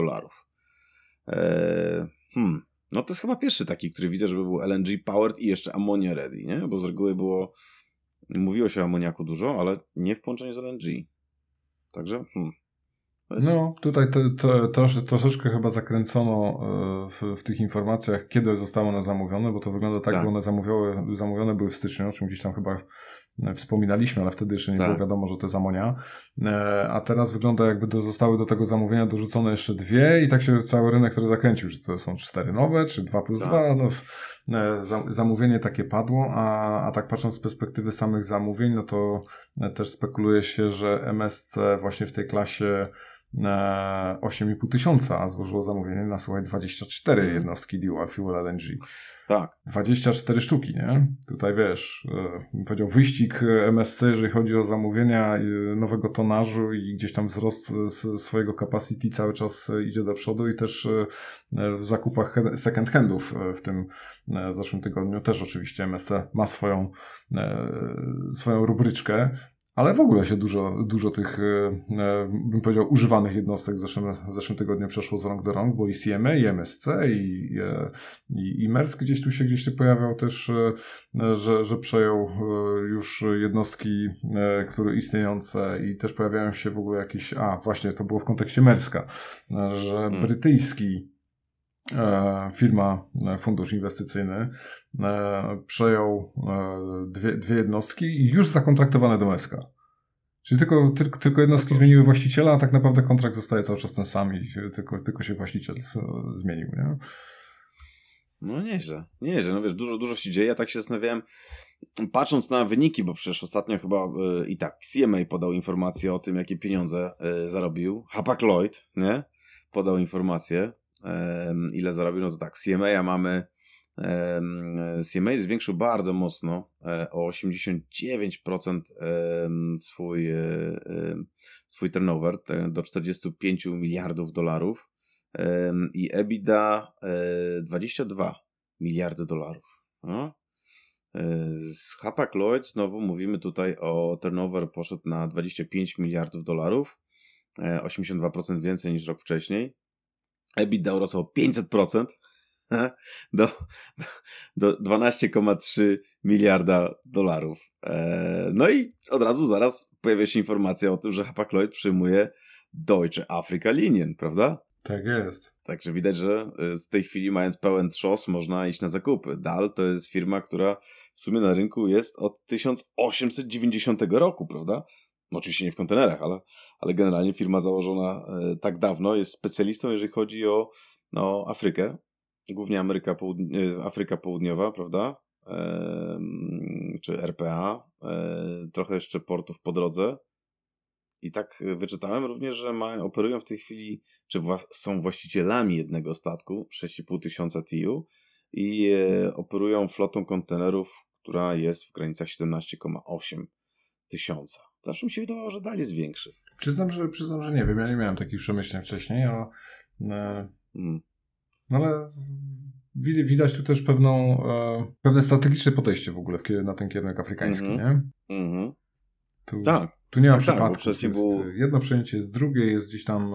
No to jest chyba pierwszy taki, który widzę, żeby był LNG powered i jeszcze ammonia ready, nie? Bo z reguły mówiło się o amoniaku dużo, ale nie w połączeniu z LNG. Także No, tutaj troszeczkę chyba zakręcono w tych informacjach, kiedy zostało one zamówione, bo to wygląda tak, bo one zamówione były w styczniu, o czym gdzieś tam chyba wspominaliśmy, ale wtedy jeszcze nie było wiadomo, że to jest amonia. A teraz wygląda, jakby zostały do tego zamówienia dorzucone jeszcze 2 i tak się cały rynek, który zakręcił, że to są 4 nowe, czy 2+2. No, zamówienie takie padło, a tak patrząc z perspektywy samych zamówień, no to też spekuluje się, że MSC właśnie w tej klasie 8,5 tysiąca, a złożyło zamówienie na, słuchaj, 24 jednostki Dual Fuel LNG. Tak. 24 sztuki, nie? Tutaj wiesz, bym powiedział wyścig MSC, jeżeli chodzi o zamówienia nowego tonażu i gdzieś tam wzrost swojego capacity cały czas idzie do przodu i też w zakupach second handów w tym zeszłym tygodniu też oczywiście MSC ma swoją rubryczkę. Ale w ogóle się dużo tych, bym powiedział, używanych jednostek w zeszłym tygodniu przeszło z rąk do rąk, bo i CMA, i MSC, i Maersk gdzieś się pojawiał też, że przejął już jednostki, które istniejące i też pojawiają się w ogóle jakieś, właśnie to było w kontekście Maerska, że brytyjski firma, fundusz inwestycyjny przejął dwie jednostki już zakontraktowane do Maerska. Czyli tylko jednostki zmieniły właściciela, a tak naprawdę kontrakt zostaje cały czas ten sam i tylko się właściciel zmienił, nie? No nieźle. No wiesz, dużo się dzieje. Ja tak się zastanawiałem, patrząc na wyniki, bo przecież ostatnio chyba i tak CMA podał informację o tym, jakie pieniądze zarobił. Hapag-Lloyd, nie? Podał informację, ile zarobił. No to tak, CMA mamy CMA zwiększył bardzo mocno, o 89% swój turnover do 45 miliardów dolarów i EBITDA 22 miliardy dolarów. No. Z Hapag-Lloyd znowu mówimy tutaj o turnover poszedł na 25 miliardów dolarów, 82% więcej niż rok wcześniej. EBITDA urosło o 500%. Do 12,3 miliarda dolarów. No i od razu zaraz pojawia się informacja o tym, że Hapag-Lloyd przyjmuje Deutsche Afrika Linien, prawda? Tak jest. Także widać, że w tej chwili, mając pełen trzos, można iść na zakupy. DAL to jest firma, która w sumie na rynku jest od 1890 roku, prawda? No oczywiście nie w kontenerach, ale generalnie firma założona tak dawno jest specjalistą, jeżeli chodzi o Afrykę. Głównie Afryka Południowa, prawda? Czy RPA. Trochę jeszcze portów po drodze. I tak wyczytałem również, że operują w tej chwili, czy są właścicielami jednego statku, 6,5 tysiąca TEU i operują flotą kontenerów, która jest w granicach 17,8 tysiąca. Zawsze mi się wydawało, że dalej jest większy. Przyznam, że nie wiem. Ja nie miałem takich przemyśleń wcześniej, ale widać tu też pewne strategiczne podejście w ogóle na ten kierunek afrykański, nie? Tu nie ma przypadku. Jedno przejęcie jest drugie, jest gdzieś tam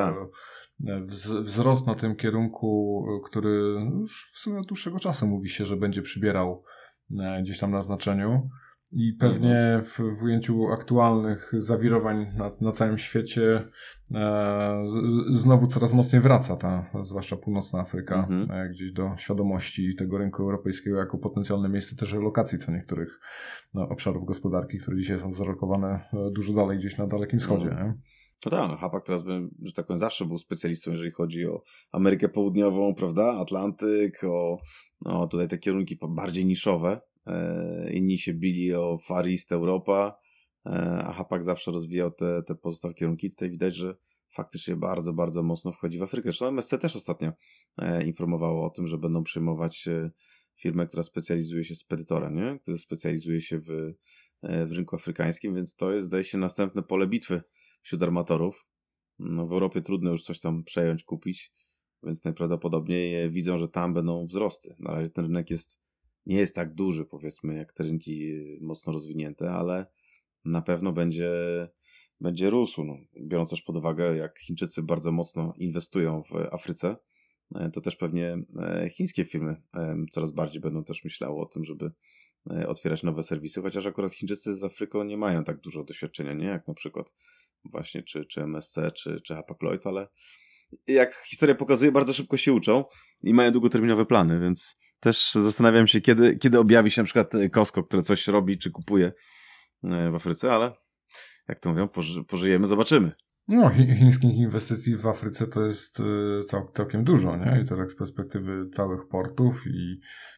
wzrost na tym kierunku, który już w sumie od dłuższego czasu mówi się, że będzie przybierał gdzieś tam na znaczeniu. I pewnie w ujęciu aktualnych zawirowań na całym świecie znowu coraz mocniej wraca zwłaszcza północna Afryka, gdzieś do świadomości tego rynku europejskiego jako potencjalne miejsce też relokacji co niektórych obszarów gospodarki, które dzisiaj są zarelokowane dużo dalej gdzieś na Dalekim Wschodzie. Nie? No tak, Hapag teraz że tak powiem, zawsze był specjalistą, jeżeli chodzi o Amerykę Południową, prawda, Atlantyk, o tutaj te kierunki bardziej niszowe. Inni się bili o Far East Europa, a Hapag zawsze rozwijał te pozostałe kierunki. Tutaj widać, że faktycznie bardzo, bardzo mocno wchodzi w Afrykę. Zresztą MSC też ostatnio informowało o tym, że będą przyjmować firmę, która specjalizuje się spedytorem, nie? Która specjalizuje się w rynku afrykańskim, więc to jest, zdaje się, następne pole bitwy wśród armatorów. No, w Europie trudno już coś tam przejąć, kupić, więc najprawdopodobniej widzą, że tam będą wzrosty. Na razie ten rynek nie jest tak duży, powiedzmy, jak te rynki mocno rozwinięte, ale na pewno będzie rósł. No, biorąc też pod uwagę, jak Chińczycy bardzo mocno inwestują w Afryce, to też pewnie chińskie firmy coraz bardziej będą też myślały o tym, żeby otwierać nowe serwisy, chociaż akurat Chińczycy z Afryką nie mają tak dużo doświadczenia, nie? Jak na przykład właśnie czy MSC, czy Hapag-Lloyd, ale jak historia pokazuje, bardzo szybko się uczą i mają długoterminowe plany, więc też zastanawiam się, kiedy objawi się na przykład Costco, które coś robi czy kupuje w Afryce, ale jak to mówią, pożyjemy, zobaczymy. No, chińskich inwestycji w Afryce to jest całkiem dużo, nie? I to tak z perspektywy całych portów i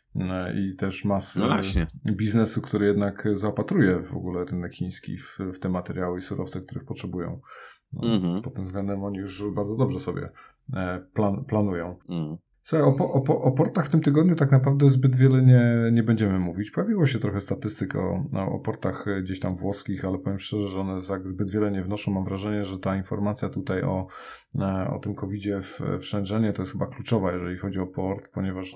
i też masy No właśnie. biznesu, który jednak zaopatruje w ogóle rynek chiński w te materiały i surowce, których potrzebują. Pod tym względem oni już bardzo dobrze sobie planują. Słuchaj, o portach w tym tygodniu tak naprawdę zbyt wiele nie będziemy mówić. Pojawiło się trochę statystyk o portach gdzieś tam włoskich, ale powiem szczerze, że one tak zbyt wiele nie wnoszą. Mam wrażenie, że ta informacja tutaj o tym COVID-zie w Shenzhenie to jest chyba kluczowa, jeżeli chodzi o port, ponieważ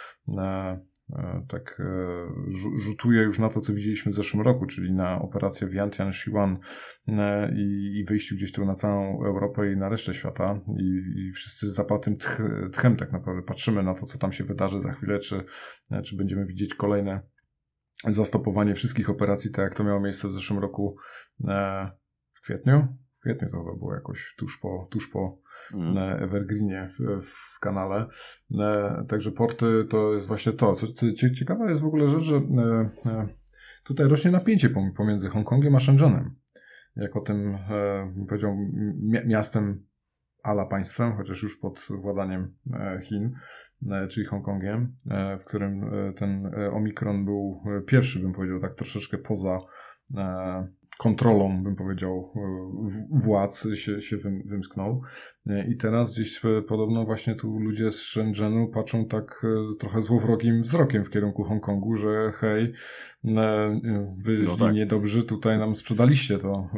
tak rzutuje już na to, co widzieliśmy w zeszłym roku, czyli na operację Vientiane Siwan i wyjściu gdzieś tu na całą Europę i na resztę świata i wszyscy z zapartym tchem tak naprawdę patrzymy na to, co tam się wydarzy za chwilę, czy będziemy widzieć kolejne zastopowanie wszystkich operacji, tak jak to miało miejsce w zeszłym roku w kwietniu. W kwietniu to chyba było jakoś tuż po Evergreenie w kanale. Także porty to jest właśnie to. Co ciekawa jest w ogóle rzecz, że tutaj rośnie napięcie pomiędzy Hongkongiem a Shenzhenem. Jako tym, powiedział, miastem ala państwem, chociaż już pod władaniem Chin, czyli Hongkongiem, w którym ten Omikron był pierwszy, bym powiedział, tak troszeczkę poza kontrolą, bym powiedział, władz się wymsknął. I teraz gdzieś podobno właśnie tu ludzie z Shenzhenu patrzą tak trochę złowrogim wzrokiem w kierunku Hongkongu, że hej, wy niedobrzy tutaj nam sprzedaliście to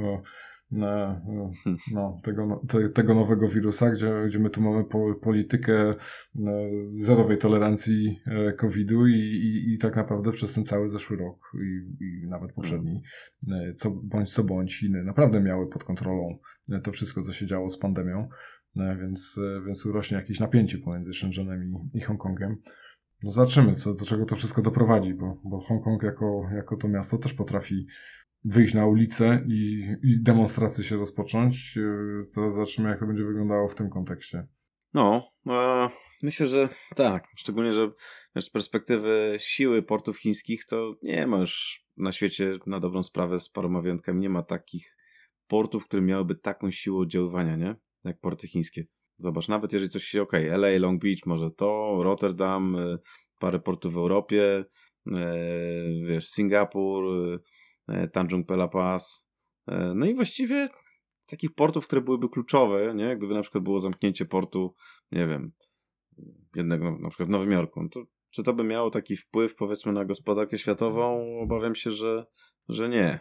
tego nowego wirusa, gdzie my tu mamy politykę zerowej tolerancji COVID-u i tak naprawdę przez ten cały zeszły rok i nawet poprzedni, co bądź Chiny naprawdę miały pod kontrolą to wszystko, co się działo z pandemią, więc tu rośnie jakieś napięcie pomiędzy Shenzhenem i Hongkongiem. No zobaczymy, do czego to wszystko doprowadzi, bo Hongkong jako to miasto też potrafi wyjść na ulicę i demonstracje się rozpocząć. Teraz zobaczymy, jak to będzie wyglądało w tym kontekście. Myślę, że tak. Szczególnie, że z perspektywy siły portów chińskich to nie ma już na świecie, na dobrą sprawę, z paroma wyjątkami, nie ma takich portów, które miałyby taką siłę oddziaływania, nie? Jak porty chińskie. Zobacz, nawet jeżeli coś się, LA, Long Beach, może to, Rotterdam, parę portów w Europie, Singapur, Tanjung Pela Pass. No i właściwie takich portów, które byłyby kluczowe, nie? Gdyby na przykład było zamknięcie portu, nie wiem, jednego na przykład w Nowym Jorku, to czy to by miało taki wpływ, powiedzmy, na gospodarkę światową? Obawiam się, że nie.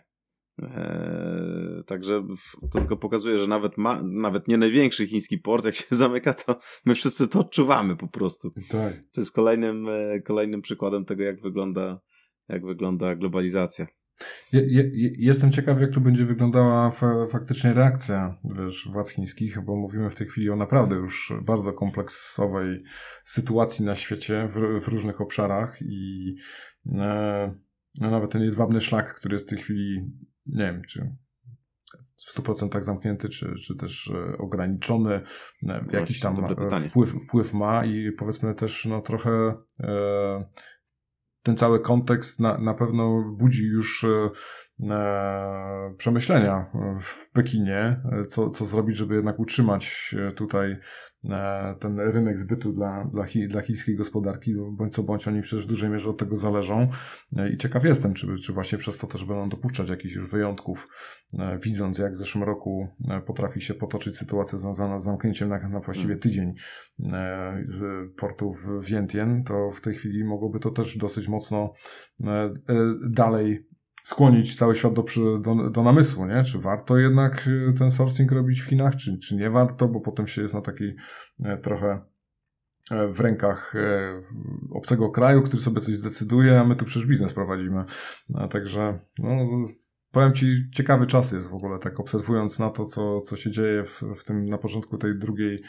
Także to tylko pokazuje, że nawet nie największy chiński port, jak się zamyka, to my wszyscy to odczuwamy po prostu. Tak. To jest kolejnym przykładem tego, jak wygląda globalizacja. Jestem ciekaw, jak to będzie wyglądała faktycznie reakcja władz chińskich, bo mówimy w tej chwili o naprawdę już bardzo kompleksowej sytuacji na świecie w różnych obszarach i nawet ten jedwabny szlak, który jest w tej chwili, nie wiem, czy w 100% zamknięty, czy też ograniczony, jakiś tam wpływ ma i powiedzmy też trochę ten cały kontekst na pewno budzi już przemyślenia w Pekinie, co zrobić, żeby jednak utrzymać tutaj ten rynek zbytu dla chińskiej gospodarki, bądź co bądź oni przecież w dużej mierze od tego zależą i ciekaw jestem, czy właśnie przez to też będą dopuszczać jakichś już wyjątków, widząc jak w zeszłym roku potrafi się potoczyć sytuacja związana z zamknięciem na właściwie tydzień z portu w Vientiane, to w tej chwili mogłoby to też dosyć mocno dalej skłonić cały świat do namysłu, nie? Czy warto jednak ten sourcing robić w Chinach, czy nie warto, bo potem się jest na takiej trochę w rękach obcego kraju, który sobie coś zdecyduje, a my tu przecież biznes prowadzimy. Także powiem Ci, ciekawy czas jest w ogóle, tak obserwując na to, co się dzieje w tym na początku tej drugiej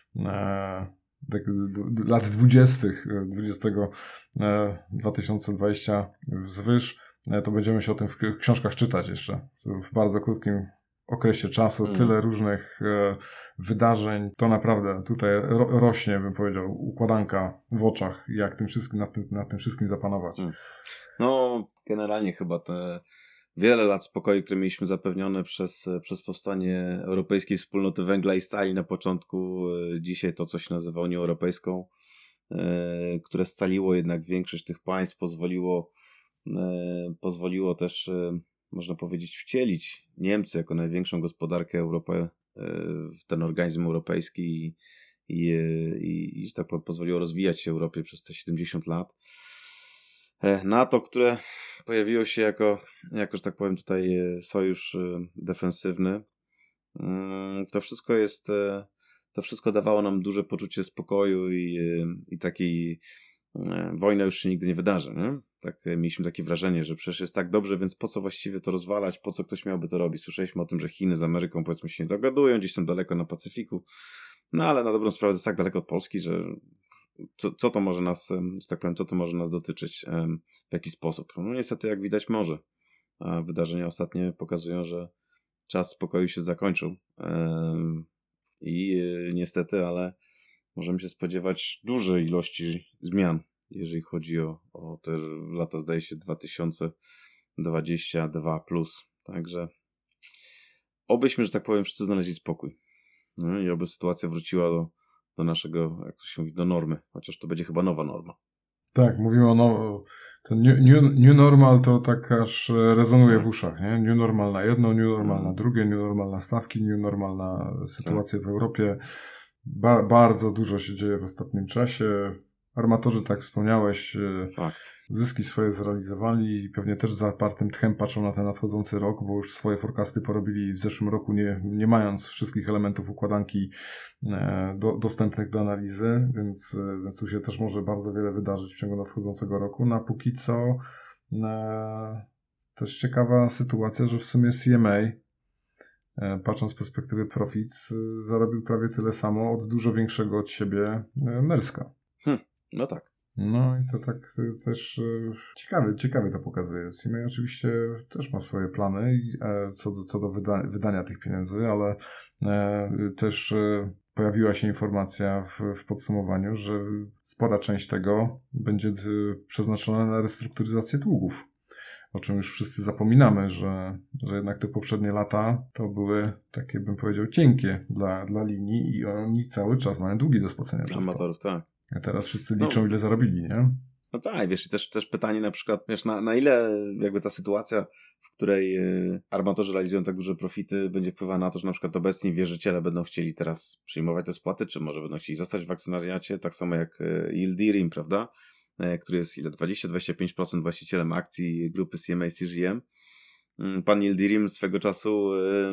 lat 20. 2020 wzwyż, to będziemy się o tym w książkach czytać jeszcze w bardzo krótkim okresie czasu. Tyle różnych wydarzeń. To naprawdę tutaj rośnie, bym powiedział, układanka w oczach, jak nad tym wszystkim zapanować. No, generalnie chyba te wiele lat spokoju, które mieliśmy zapewnione przez powstanie Europejskiej Wspólnoty Węgla i Stali na początku, dzisiaj to, co się nazywa Unią Europejską, które scaliło jednak większość tych państw, pozwoliło też, można powiedzieć, wcielić Niemcy jako największą gospodarkę Europy w ten organizm europejski i że tak powiem, pozwoliło rozwijać się Europie przez te 70 lat. NATO, które pojawiło się jako, że tak powiem, tutaj sojusz defensywny, to wszystko dawało nam duże poczucie spokoju i takiej wojna już się nigdy nie wydarzy, nie? Tak, mieliśmy takie wrażenie, że przecież jest tak dobrze, więc po co właściwie to rozwalać, po co ktoś miałby to robić? Słyszeliśmy o tym, że Chiny z Ameryką, powiedzmy, się nie dogadują, gdzieś tam daleko na Pacyfiku, no ale na dobrą sprawę jest tak daleko od Polski, że co to może nas, że tak powiem, co to może nas dotyczyć, w jaki sposób? No niestety, jak widać, może. A wydarzenia ostatnie pokazują, że czas spokoju się zakończył i niestety, ale możemy się spodziewać dużej ilości zmian, jeżeli chodzi o te lata, zdaje się, 2022+. Także obyśmy, że tak powiem, wszyscy znaleźli spokój. No i oby sytuacja wróciła do naszego, jak to się mówi, do normy. Chociaż to będzie chyba nowa norma. Tak, mówimy o to new normal to tak aż rezonuje w uszach, nie? New normal na jedno, new normal na drugie, new normal na stawki, new normal na sytuację w Europie. Bardzo dużo się dzieje w ostatnim czasie. Armatorzy, tak wspomniałeś, zyski swoje zrealizowali i pewnie też z zapartym tchem patrzą na ten nadchodzący rok, bo już swoje forecasty porobili w zeszłym roku, nie mając wszystkich elementów układanki dostępnych do analizy, więc tu się też może bardzo wiele wydarzyć w ciągu nadchodzącego roku. No a póki co też ciekawa sytuacja, że w sumie CMA, patrząc z perspektywy profits, zarobił prawie tyle samo od dużo większego od siebie Maerska. No tak. No i to tak też ciekawie to pokazuje. CMA oczywiście też ma swoje plany co do wydania tych pieniędzy, ale też pojawiła się informacja w podsumowaniu, że spora część tego będzie przeznaczona na restrukturyzację długów. O czym już wszyscy zapominamy, że jednak te poprzednie lata to były takie, bym powiedział, cienkie dla linii i oni cały czas mają długi do spłacenia przez amatorów, tak. A teraz wszyscy liczą, ile zarobili, nie? No tak, wiesz, też pytanie na przykład, wiesz, na ile jakby ta sytuacja, w której armatorzy realizują tak duże profity, będzie wpływała na to, że na przykład obecni wierzyciele będą chcieli teraz przyjmować te spłaty, czy może będą chcieli zostać w akcjonariacie, tak samo jak Yildirim, prawda? Który jest 20-25% właścicielem akcji grupy CMA CGM. Pan Yildirim swego czasu,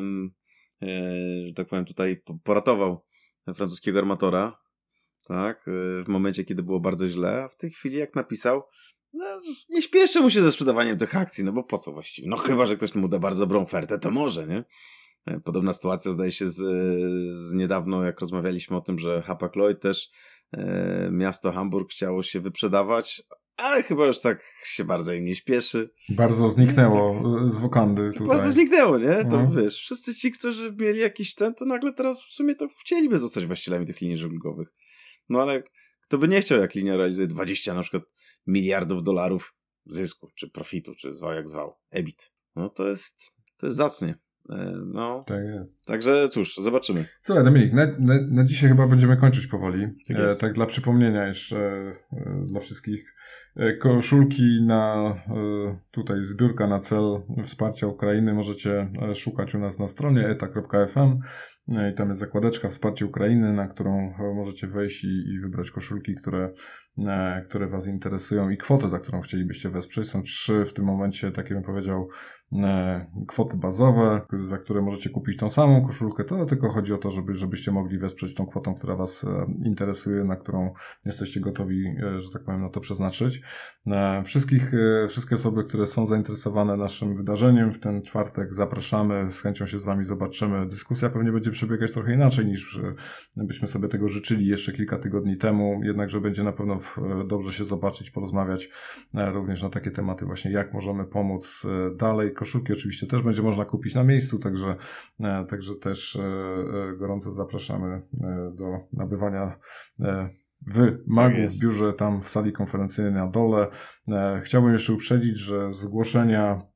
że tak powiem, tutaj poratował francuskiego armatora, tak, w momencie, kiedy było bardzo źle, a w tej chwili, jak napisał, no, nie śpieszy mu się ze sprzedawaniem tych akcji, no bo po co właściwie? No chyba, że ktoś mu da bardzo dobrą ofertę, to może, nie? Podobna sytuacja zdaje się z niedawno, jak rozmawialiśmy o tym, że Hapag-Lloyd też miasto Hamburg chciało się wyprzedawać, ale chyba już tak się bardzo im nie śpieszy. Bardzo zniknęło z wokandy tutaj. Bardzo zniknęło, nie? To wiesz, wszyscy ci, którzy mieli jakiś ten, to nagle teraz w sumie to chcieliby zostać właścicielami tych linii żeglugowych. No ale kto by nie chciał, jak linia realizuje 20 na przykład miliardów dolarów zysku, czy profitu, czy zwał jak zwał, EBIT. No to jest zacnie. No. Tak jest. Także cóż, zobaczymy. Słuchaj, Dominik, na dzisiaj chyba będziemy kończyć powoli. Tak dla przypomnienia jeszcze dla wszystkich. Koszulki tutaj zbiórka na cel wsparcia Ukrainy możecie szukać u nas na stronie eta.fm i tam jest zakładeczka wsparcie Ukrainy, na którą możecie wejść i wybrać koszulki, które Was interesują i kwotę, za którą chcielibyście wesprzeć. Są 3 w tym momencie, takie bym powiedział, kwoty bazowe, za które możecie kupić tą samą koszulkę. To tylko chodzi o to, żebyście mogli wesprzeć tą kwotą, która Was interesuje, na którą jesteście gotowi, że tak powiem, na to przeznaczyć. Wszystkie osoby, które są zainteresowane naszym wydarzeniem w ten czwartek, zapraszamy, z chęcią się z Wami zobaczymy. Dyskusja pewnie będzie przebiegać trochę inaczej niż byśmy sobie tego życzyli jeszcze kilka tygodni temu, jednakże będzie na pewno dobrze się zobaczyć, porozmawiać również na takie tematy właśnie, jak możemy pomóc dalej. Koszulki oczywiście też będzie można kupić na miejscu, także też gorąco zapraszamy do nabywania w Magu, w biurze, tam w sali konferencyjnej na dole. Chciałbym jeszcze uprzedzić, że zgłoszenia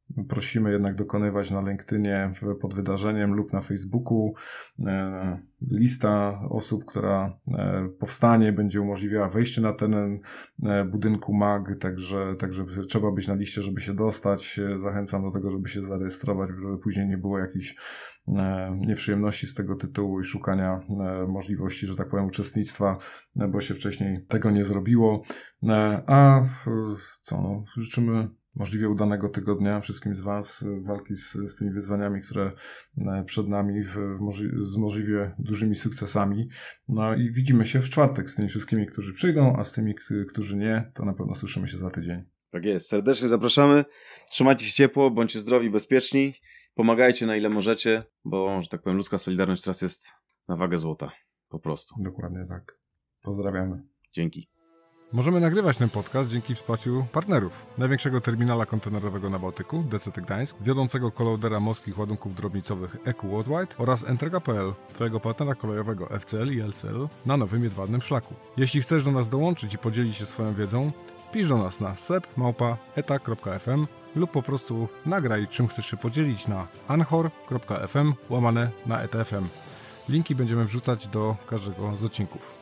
prosimy jednak dokonywać na LinkedInie pod wydarzeniem lub na Facebooku. Lista osób, która powstanie, będzie umożliwiała wejście na teren budynku MAG, także trzeba być na liście, żeby się dostać. Zachęcam do tego, żeby się zarejestrować, żeby później nie było jakichś nieprzyjemności z tego tytułu i szukania możliwości, że tak powiem, uczestnictwa, bo się wcześniej tego nie zrobiło. A co, no, życzymy możliwie udanego tygodnia wszystkim z Was, walki z tymi wyzwaniami, które przed nami z możliwie dużymi sukcesami. No i widzimy się w czwartek z tymi wszystkimi, którzy przyjdą, a z tymi, którzy nie, to na pewno słyszymy się za tydzień. Tak jest, serdecznie zapraszamy. Trzymajcie się ciepło, bądźcie zdrowi, bezpieczni. Pomagajcie na ile możecie, bo, że tak powiem, ludzka solidarność teraz jest na wagę złota. Po prostu. Dokładnie tak. Pozdrawiamy. Dzięki. Możemy nagrywać ten podcast dzięki wsparciu partnerów. Największego terminala kontenerowego na Bałtyku, DCT Gdańsk, wiodącego kolodera morskich ładunków drobnicowych EQ Worldwide oraz Entrega.pl, twojego partnera kolejowego FCL i LCL na nowym jedwabnym szlaku. Jeśli chcesz do nas dołączyć i podzielić się swoją wiedzą, pisz do nas na sep@eta.fm lub po prostu nagraj, czym chcesz się podzielić na anchor.fm/eta.fm. Linki będziemy wrzucać do każdego z odcinków.